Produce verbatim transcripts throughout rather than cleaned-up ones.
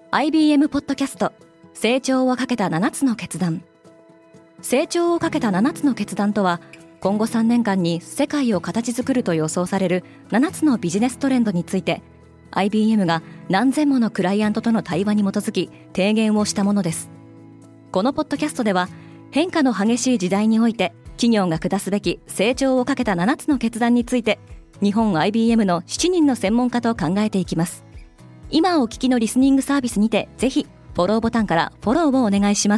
アイビーエム ポッドキャスト成長をかけたななつの決断。成長をかけたななつの決断とは、今後さんねんかんに世界を形作ると予想されるななつのビジネストレンドについて アイビーエム が何千ものクライアントとの対話に基づき提言をしたものです。このポッドキャストでは、変化の激しい時代において企業が下すべき成長をかけたななつの決断について、日本 アイビーエム のしちにんの専門家と考えていきます。今お聞きのリスニングサービスにて、ぜひフォローボタンからフォローをお願いします。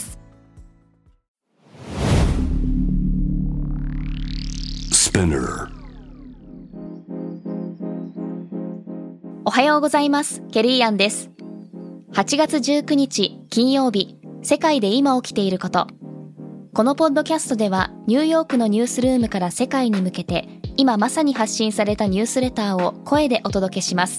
おはようございます。ケリーアンです。はちがつじゅうくにち金曜日、世界で今起きていること。このポッドキャストでは、ニューヨークのニュースルームから世界に向けて、今まさに発信されたニュースレターを声でお届けします。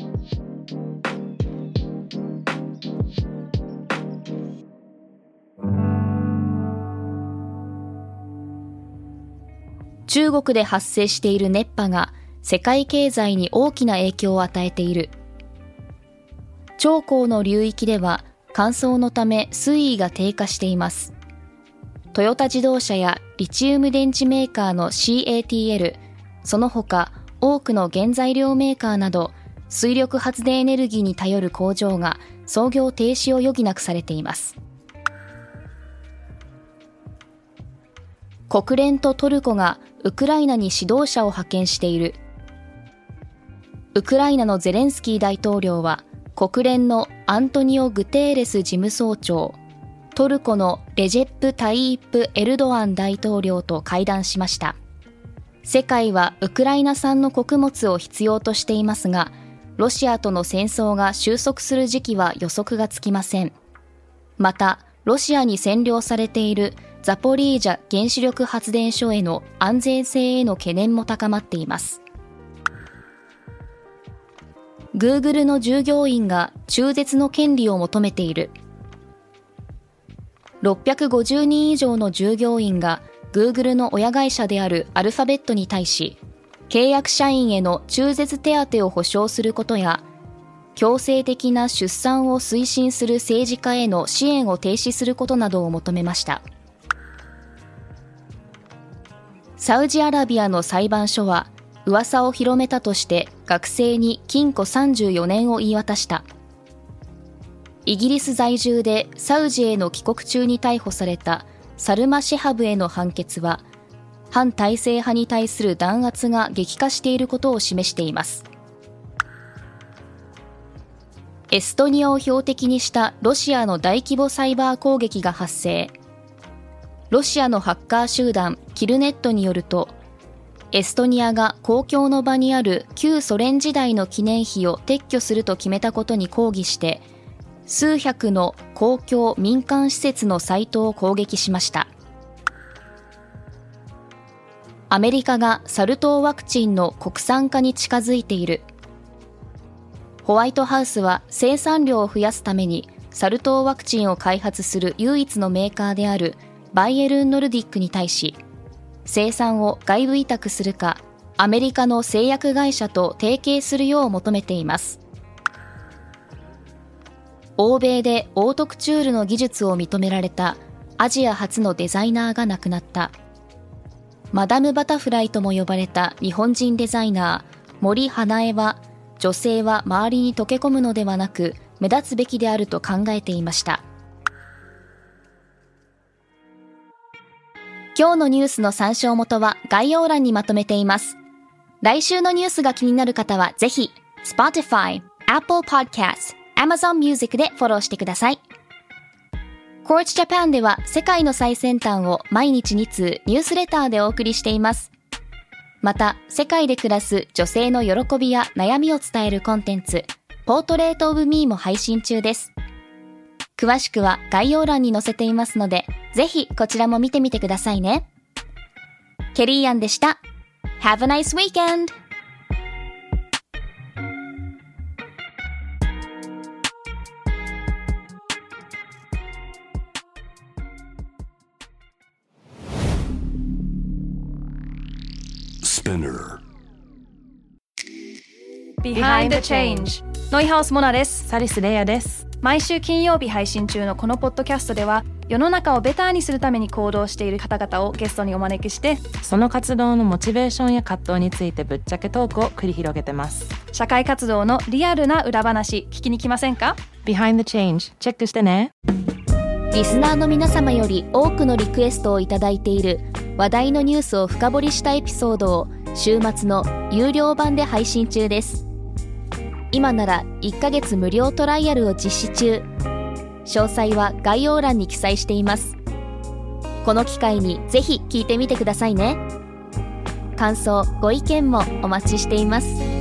中国で発生している熱波が世界経済に大きな影響を与えている。長江の流域では乾燥のため水位が低下しています。トヨタ自動車やリチウム電池メーカーの シーエーティーエル、その他多くの原材料メーカーなど水力発電エネルギーに頼る工場が操業停止を余儀なくされています。国連とトルコがウクライナに指導者を派遣している。ウクライナのゼレンスキー大統領は国連のアントニオ・グテーレス事務総長、トルコのレジェップ・タイープ・エルドアン大統領と会談しました。世界はウクライナ産の穀物を必要としていますが、ロシアとの戦争が収束する時期は予測がつきません。また、ロシアに占領されているザポリージャ原子力発電所への安全性への懸念も高まっています。Google の従業員が中絶の権利を求めている。ろっぴゃくごじゅうにん以上の従業員が Google の親会社であるアルファベットに対し、契約社員への中絶手当を保障することや、強制的な出産を推進する政治家への支援を停止することなどを求めました。サウジアラビアの裁判所は噂を広めたとして学生に禁錮さんじゅうよねんを言い渡した。イギリス在住でサウジへの帰国中に逮捕されたサルマ・シェハブへの判決は、反体制派に対する弾圧が激化していることを示しています。エストニアを標的にしたロシアの大規模サイバー攻撃が発生。ロシアのハッカー集団キルネットによると、エストニアが公共の場にある旧ソ連時代の記念碑を撤去すると決めたことに抗議して、数百の公共民間施設のサイトを攻撃しました。アメリカがサル痘ワクチンの国産化に近づいている。ホワイトハウスは生産量を増やすためにサル痘ワクチンを開発する唯一のメーカーであるバイエルン・ノルディックに対し、生産を外部委託するか、アメリカの製薬会社と提携するよう求めています。欧米でオートクチュールの技術を認められたアジア初のデザイナーが亡くなった。マダムバタフライとも呼ばれた日本人デザイナー、森英恵は、女性は周りに溶け込むのではなく、目立つべきであると考えていました。今日のニュースの参照元は概要欄にまとめています。来週のニュースが気になる方はぜひ Spotify、Apple Podcasts、Amazon Music でフォローしてください。Quartz Japan では世界の最先端を毎日に通ニュースレターでお送りしています。また、世界で暮らす女性の喜びや悩みを伝えるコンテンツ、Portrait of Me も配信中です。詳しくは概要欄に載せていますので、ぜひこちらも見てみてくださいね。ケリーアンでした。Have a nice weekend! Behind the Change ノイハウスモナです。 サリスレイヤです。 毎週金曜日配信中のこのポッドキャストでは、世の中をベターにするために行動している方々をゲストにお招きして、 その活動のモチベーションや葛藤についてぶっちゃけトークを繰り広げてます。 社会活動のリアルな裏話聞きに来ませんか？ Behind the Change チェックしてね。 リスナーの皆様より多くのリクエストをいただいている話題のニュースを深掘りしたエピソードを週末の有料版で配信中です。今ならいっかげつ無料トライアルを実施中。詳細は概要欄に記載しています。この機会にぜひ聞いてみてくださいね。感想、ご意見もお待ちしています。